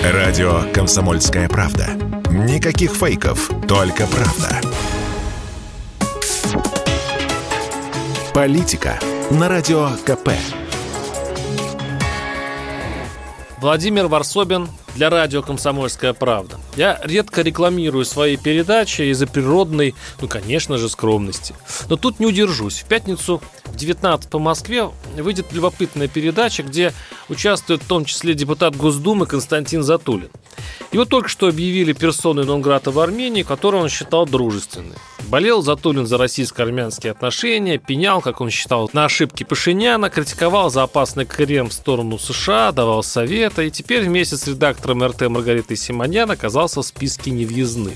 Радио «Комсомольская правда». Никаких фейков, только правда. Политика на Радио КП. Владимир Варсобин для радио «Комсомольская правда». Я редко рекламирую свои передачи из-за природной, конечно же, скромности. Но тут не удержусь. В пятницу в 19 по Москве выйдет любопытная передача, где участвует в том числе депутат Госдумы Константин Затулин. Его только что объявили персоной нон-грата в Армении, которую он считал дружественной. Болел Затулин за российско-армянские отношения, пенял, как он считал, на ошибки Пашиняна, критиковал за опасный крем в сторону США, давал советы, и теперь вместе с редактором РТ Маргаритой Симоньян оказался в списке невъездных.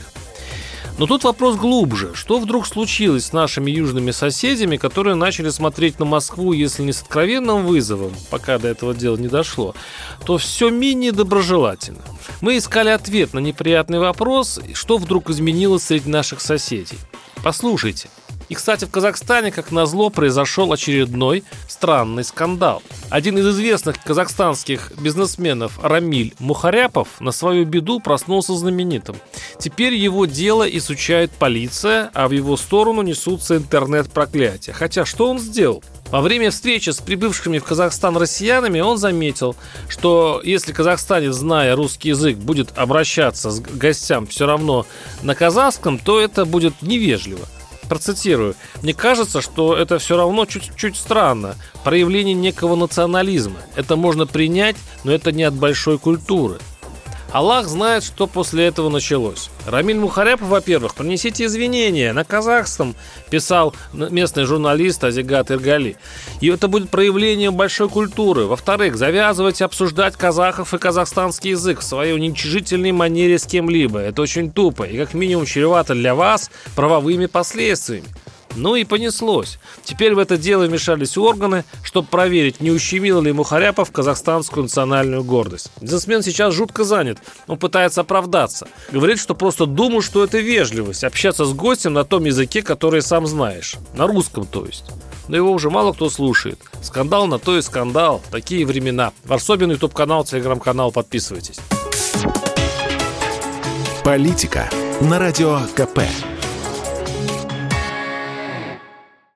Но тут вопрос глубже. Что вдруг случилось с нашими южными соседями, которые начали смотреть на Москву, если не с откровенным вызовом, пока до этого дела не дошло, то все менее доброжелательно? Мы искали ответ на неприятный вопрос, что вдруг изменилось среди наших соседей. Послушайте. И, кстати, в Казахстане, как назло, произошел очередной странный скандал. Один из известных казахстанских бизнесменов Рамиль Мухаряпов на свою беду проснулся знаменитым. Теперь его дело изучает полиция, а в его сторону несутся интернет-проклятия. Хотя что он сделал? Во время встречи с прибывшими в Казахстан россиянами он заметил, что если казахстанец, зная русский язык, будет обращаться к гостям все равно на казахском, то это будет невежливо. Процитирую. «Мне кажется, что это все равно чуть-чуть странно. Проявление некого национализма. Это можно принять, но это не от большой культуры». Аллах знает, что после этого началось. Рамиль Мухаряпов, во-первых, принесите извинения на казахском, писал местный журналист Азигат Иргали. И это будет проявлением большой культуры. Во-вторых, завязывайте обсуждать казахов и казахстанский язык в своей уничижительной манере с кем-либо. Это очень тупо и как минимум чревато для вас правовыми последствиями. Ну и понеслось. Теперь в это дело вмешались органы, чтобы проверить, не ущемил ли Мухаряпов казахстанскую национальную гордость. Бизнесмен сейчас жутко занят. Он пытается оправдаться. Говорит, что просто думал, что это вежливость. Общаться с гостем на том языке, который сам знаешь. На русском, то есть. Но его уже мало кто слушает. Скандал на то и скандал. Такие времена. Варсобин, YouTube-канал, Telegram-канал. Подписывайтесь. Политика на Радио КП.